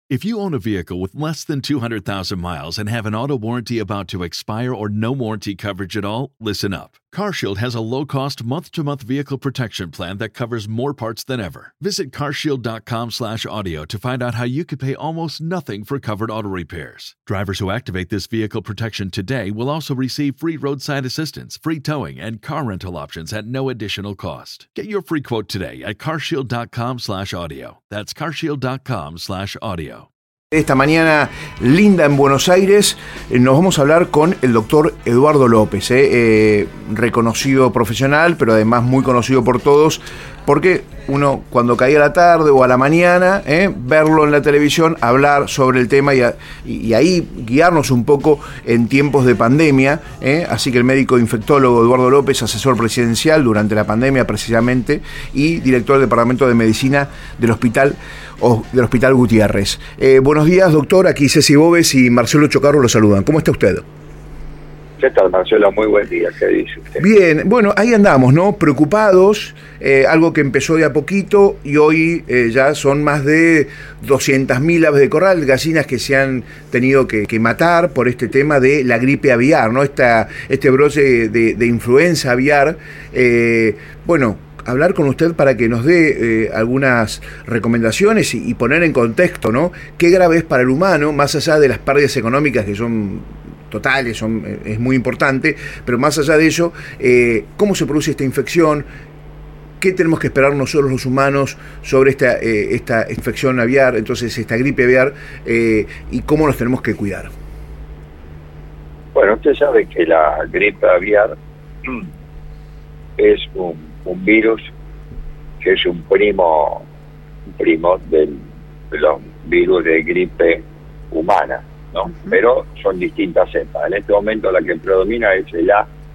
If you own a vehicle with less than 200,000 miles and have an auto warranty about to expire or no warranty coverage at all, listen up. CarShield has a low-cost month-to-month vehicle protection plan that covers more parts than ever. Visit carshield.com/audio to find out how you could pay almost nothing for covered auto repairs. Drivers who activate this vehicle protection today will also receive free roadside assistance, free towing, and car rental options at no additional cost. Get your free quote today at carshield.com/audio. That's carshield.com/audio. Esta mañana linda en Buenos Aires, nos vamos a hablar con el doctor Eduardo López, reconocido profesional, pero además muy conocido por todos, porque uno cuando caía a la tarde o a la mañana, verlo en la televisión, hablar sobre el tema y ahí guiarnos un poco en tiempos de pandemia, así que el médico infectólogo Eduardo López, asesor presidencial durante la pandemia precisamente, y director del Departamento de Medicina del Hospital Gutiérrez. Buenos días, doctor, aquí Ceci Bóves y Marcelo Chocarro lo saludan. ¿Cómo está usted? ¿Qué tal, Marcelo? Muy buen día. ¿Qué dice usted? Bien, bueno, ahí andamos, ¿no? Preocupados, algo que empezó de a poquito y hoy ya son más de 200.000 aves de corral, gallinas que se han tenido que matar por este tema de la gripe aviar, ¿no? Este brote de influenza aviar. Bueno, hablar con usted para que nos dé algunas recomendaciones y poner en contexto, ¿no? Qué grave es para el humano, más allá de las pérdidas económicas que son totales, es muy importante, pero más allá de ello, ¿cómo se produce esta infección? ¿Qué tenemos que esperar nosotros los humanos sobre esta infección aviar, entonces esta gripe aviar, y cómo nos tenemos que cuidar? Bueno, usted sabe que la gripe aviar es un virus que es un primo de los virus de gripe humana, ¿no? Pero son distintas cepas. En este momento la que predomina es el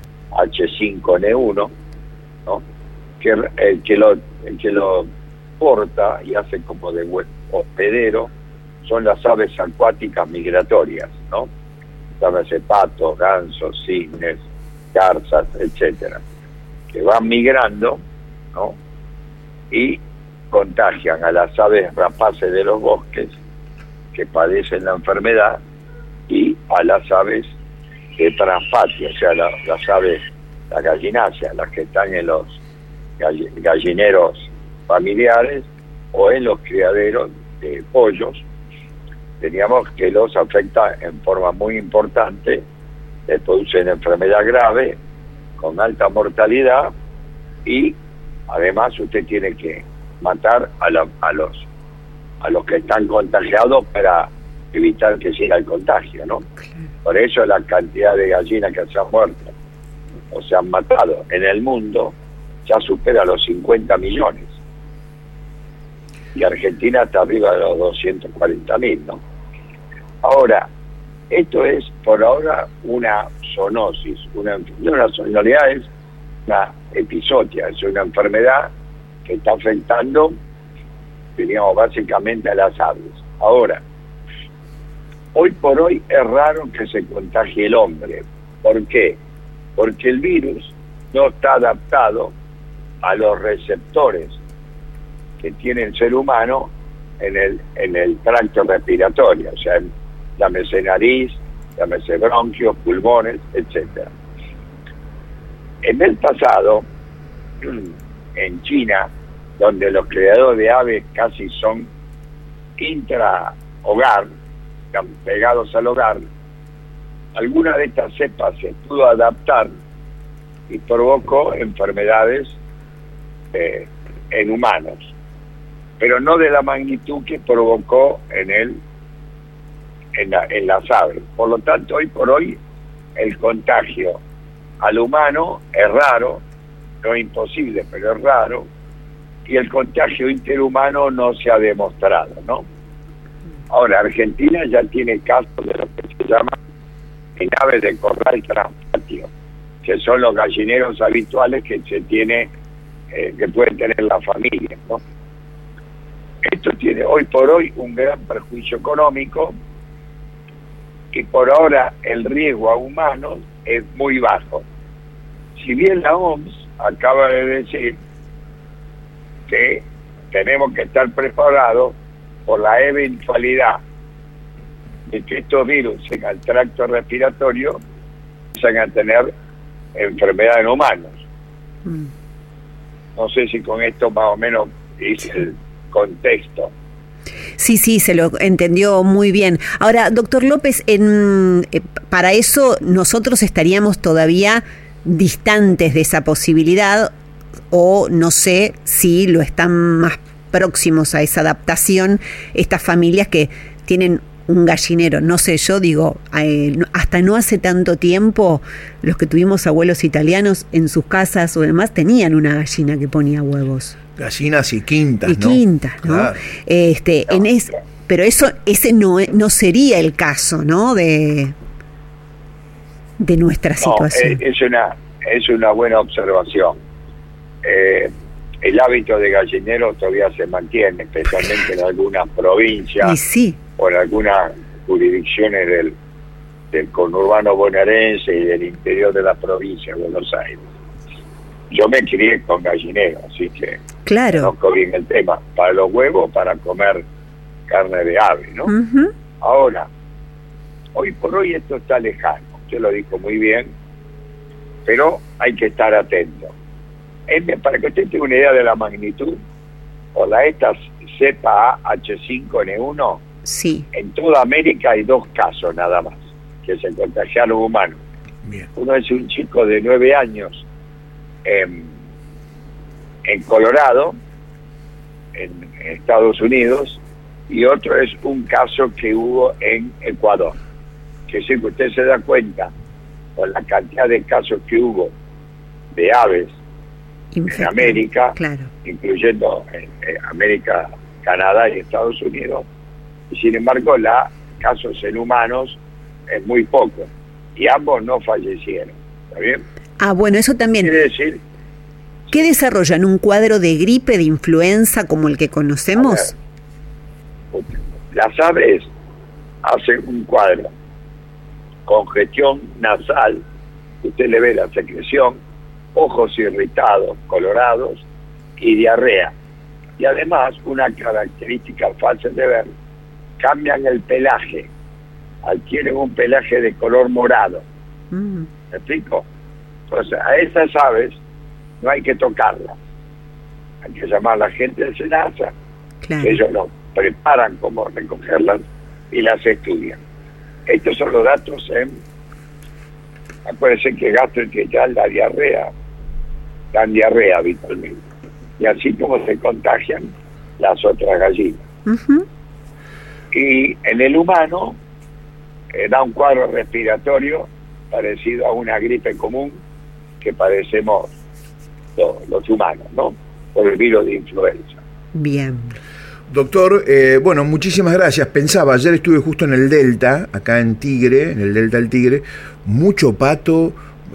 H5N1, ¿no? Que el que lo porta y hace como de hospedero son las aves acuáticas migratorias, ¿no? Llámese patos, gansos, cisnes, garzas, etcétera, que van migrando, ¿no? Y contagian a las aves rapaces de los bosques que padecen la enfermedad y a las aves de transpatio, o sea, las aves, las gallináceas, las que están en los gallineros familiares o en los criaderos de pollos. Teníamos que los afecta en forma muy importante, les producen enfermedad grave, con alta mortalidad, y además usted tiene que matar a los que están contagiados para evitar que siga el contagio, ¿no? Por eso la cantidad de gallinas que se han muerto o se han matado en el mundo ya supera los 50 millones. Y Argentina está arriba de los 240.000, ¿no? Ahora, esto es por ahora una zoonosis, en realidad es una epizotia, es una enfermedad que está afectando, digamos, básicamente a las aves. Ahora, hoy por hoy es raro que se contagie el hombre. ¿Por qué? Porque el virus no está adaptado a los receptores que tiene el ser humano en el tracto respiratorio, o sea, llámese nariz, llámese bronquios, pulmones, etcétera. En el pasado, en China, donde los criadores de aves casi son intra-hogar, pegados al hogar, alguna de estas cepas se pudo adaptar y provocó enfermedades en humanos, pero no de la magnitud que provocó en las aves. Por lo tanto, hoy por hoy el contagio al humano es raro, no es imposible, pero es raro, y el contagio interhumano no se ha demostrado, ¿no? Ahora, Argentina ya tiene casos de lo que se llama aves de corral transpatio, que son los gallineros habituales que se tiene, que pueden tener la familia, ¿no? Esto tiene hoy por hoy un gran perjuicio económico, y por ahora el riesgo a humanos es muy bajo. Si bien la OMS acaba de decir que tenemos que estar preparados por la eventualidad de que estos virus en el tracto respiratorio empiezan a tener enfermedad en humanos. No sé si con esto más o menos es el contexto. Sí, se lo entendió muy bien. Ahora, doctor López, para eso nosotros estaríamos todavía distantes de esa posibilidad, o no sé si lo están más próximos a esa adaptación estas familias que tienen un gallinero. No sé, yo digo, hasta no hace tanto tiempo los que tuvimos abuelos italianos en sus casas o demás tenían una gallina que ponía huevos. Gallinas y quintas, ¿no? Claro. No. Pero ese no sería el caso, ¿no? De nuestra situación. Es una buena observación. El hábito de gallinero todavía se mantiene, especialmente en algunas provincias o en algunas jurisdicciones del conurbano bonaerense y del interior de la provincia de Buenos Aires. Yo me crié con gallinero, así que conozco bien el tema. Para los huevos, para comer carne de ave, ¿no? Uh-huh. Ahora, hoy por hoy esto está lejano, usted lo dijo muy bien, pero hay que estar atento. Para que usted tenga una idea de la magnitud, esta cepa H5N1, en toda América hay 2 casos nada más, que se contagiaron humanos. Bien. Uno es un chico de 9 años en Colorado, en Estados Unidos, y otro es un caso que hubo en Ecuador. Que si usted se da cuenta, con la cantidad de casos que hubo de aves en América, incluyendo América, Canadá y Estados Unidos, y sin embargo casos en humanos es muy poco, y ambos no fallecieron. ¿Está bien? Bueno, eso también. Quiere decir, ¿qué desarrollan? ¿Un cuadro de gripe, de influenza como el que conocemos? Las aves hacen un cuadro: congestión nasal, usted le ve la secreción, ojos irritados, colorados y diarrea. Y además, una característica fácil de ver, cambian el pelaje, adquieren un pelaje de color morado. ¿Me explico? Entonces, a esas aves no hay que tocarlas, hay que llamar a la gente de SENASA, que ellos lo preparan como recogerlas y las estudian. Estos son los datos acuérdense que gastrointestinal da diarrea, dan diarrea habitualmente, y así como se contagian las otras gallinas. Uh-huh. Y en el humano da un cuadro respiratorio parecido a una gripe común que padecemos los humanos, ¿no? Por el virus de influenza. Bien. Doctor, bueno, muchísimas gracias. Pensaba, ayer estuve justo en el Delta, acá en Tigre, en el Delta del Tigre, mucho pato,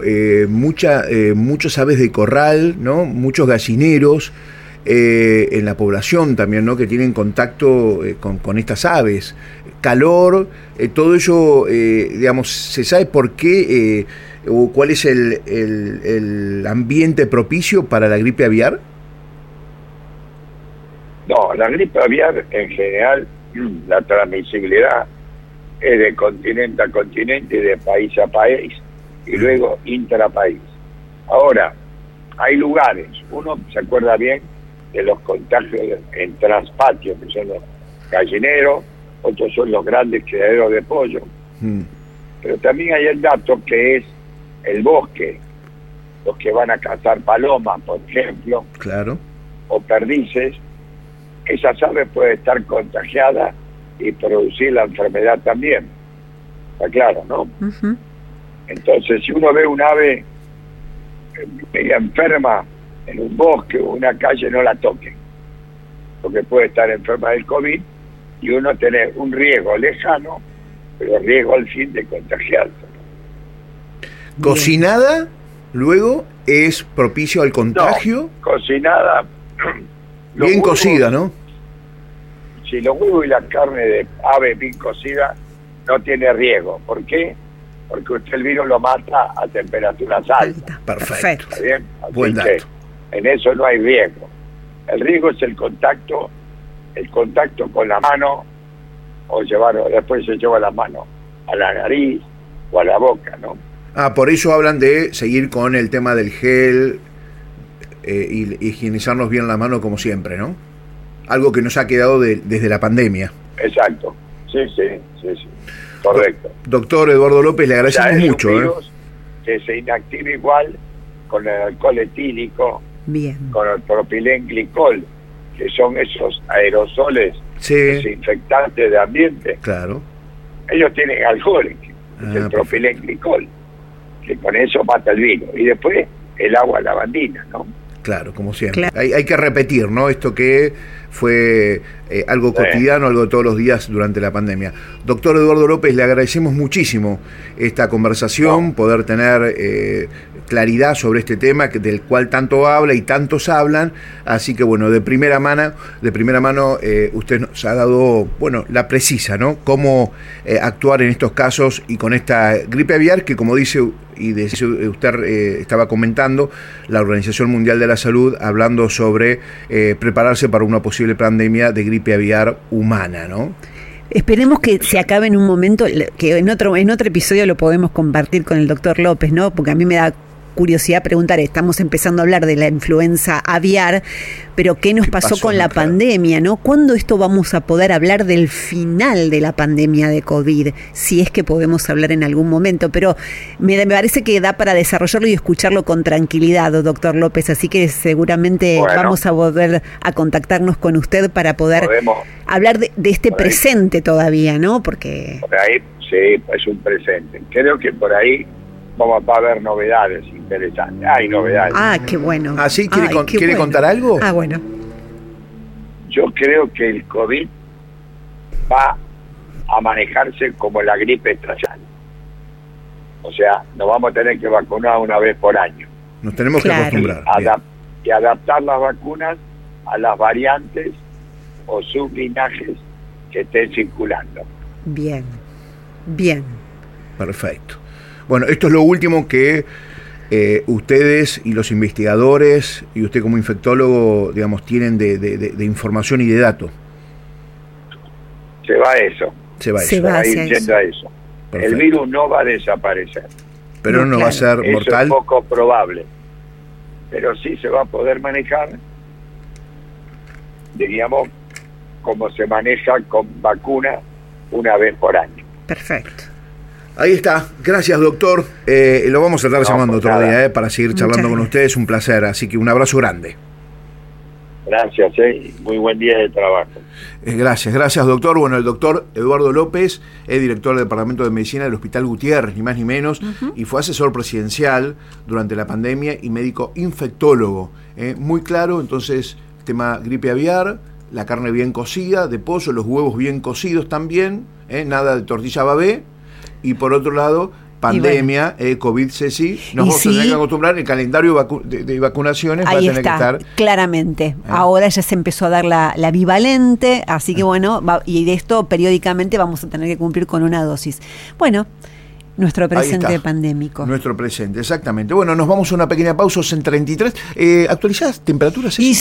muchos aves de corral, ¿no? Muchos gallineros en la población también, ¿no? Que tienen contacto con estas aves. Calor, todo ello, digamos, ¿se sabe por qué o cuál es el ambiente propicio para la gripe aviar? No, la gripe aviar en general, la transmisibilidad es de continente a continente, de país a país y luego intrapaís. Ahora, hay lugares, uno se acuerda bien de los contagios en traspatios, que son los gallineros, otros son los grandes criaderos de pollo. Pero también hay el dato que es el bosque, los que van a cazar palomas, por ejemplo, o perdices. Esas aves pueden estar contagiadas y producir la enfermedad también. Está claro, ¿no? Uh-huh. Entonces, si uno ve un ave media enferma en un bosque o una calle, no la toquen, porque puede estar enferma del COVID y uno tener un riesgo lejano, pero riesgo al fin de contagiarse. ¿Cocinada luego es propicio al contagio? No, cocinada... Bien huevos, cocida, ¿no? Si los huevos y la carne de ave bien cocida no tiene riesgo. ¿Por qué? Porque usted el virus lo mata a temperaturas altas. Perfecto. ¿Está bien? Así buen dato. En eso no hay riesgo. El riesgo es el contacto el contacto con la mano, o después se lleva la mano a la nariz o a la boca, ¿no? Por eso hablan de seguir con el tema del gel y higienizarnos bien la mano como siempre, ¿no? Algo que nos ha quedado desde la pandemia. Exacto, sí, correcto. Doctor Eduardo López, le agradecemos mucho. Que se inactiva igual con el alcohol etílico, bien, con el propilenglicol, que son esos aerosoles desinfectantes de ambiente. Claro. Ellos tienen alcohol, es el propilenglicol, que con eso mata el virus. Y después el agua lavandina, ¿no? Claro, como siempre. Claro. Hay que repetir, ¿no? Esto que fue algo cotidiano, algo de todos los días durante la pandemia. Doctor Eduardo López, le agradecemos muchísimo esta conversación, poder tener claridad sobre este tema del cual tanto habla y tantos hablan. Así que, bueno, de primera mano, usted nos ha dado, la precisa, ¿no? Cómo actuar en estos casos y con esta gripe aviar que, como dice y usted estaba comentando, la Organización Mundial de la Salud hablando sobre prepararse para una posible pandemia de gripe aviar humana, ¿no? Esperemos que se acabe en un momento, que en otro episodio lo podemos compartir con el doctor López, ¿no? Porque a mí me da curiosidad preguntar, estamos empezando a hablar de la influenza aviar, pero ¿qué nos pasó con la pandemia, no? ¿Cuándo esto vamos a poder hablar del final de la pandemia de COVID? Si es que podemos hablar en algún momento, pero me parece que da para desarrollarlo y escucharlo con tranquilidad, doctor López, así que seguramente vamos a volver a contactarnos con usted para poder hablar de este presente todavía, ¿no? Porque... Por ahí, sí, es un presente. Creo que por ahí vamos a ver novedades interesantes. Hay novedades. Qué bueno. ¿Sí? ¿Quiere contar algo? Bueno. Yo creo que el COVID va a manejarse como la gripe estacional. O sea, nos vamos a tener que vacunar una vez por año. Nos tenemos que acostumbrar. Y adaptar las vacunas a las variantes o sublinajes que estén circulando. Bien. Perfecto. Bueno, esto es lo último que ustedes y los investigadores y usted como infectólogo, digamos, tienen de información y de datos. Se va a eso. Va a ir yendo a eso. Perfecto. El virus no va a desaparecer. Pero no va a ser mortal. Es poco probable. Pero sí se va a poder manejar, diríamos, como se maneja con vacuna una vez por año. Perfecto. Ahí está, gracias doctor, lo vamos a estar llamando otro día para seguir charlando con ustedes, un placer, así que un abrazo grande. Gracias, muy buen día de trabajo. Gracias doctor. Bueno, el doctor Eduardo López es director del Departamento de Medicina del Hospital Gutiérrez, ni más ni menos, y fue asesor presidencial durante la pandemia y médico infectólogo, muy claro. Entonces, tema gripe aviar, la carne bien cocida, de pollo, los huevos bien cocidos también, nada de tortilla babé. Y por otro lado, pandemia, COVID, Ceci, nos vamos a tener que acostumbrar, el calendario de vacunaciones ahí va a tener que estar... claramente. Ahora ya se empezó a dar la bivalente, así que y de esto periódicamente vamos a tener que cumplir con una dosis. Bueno, nuestro presente pandémico. Nuestro presente, exactamente. Bueno, nos vamos a una pequeña pausa en 33. ¿Actualizadas temperaturas?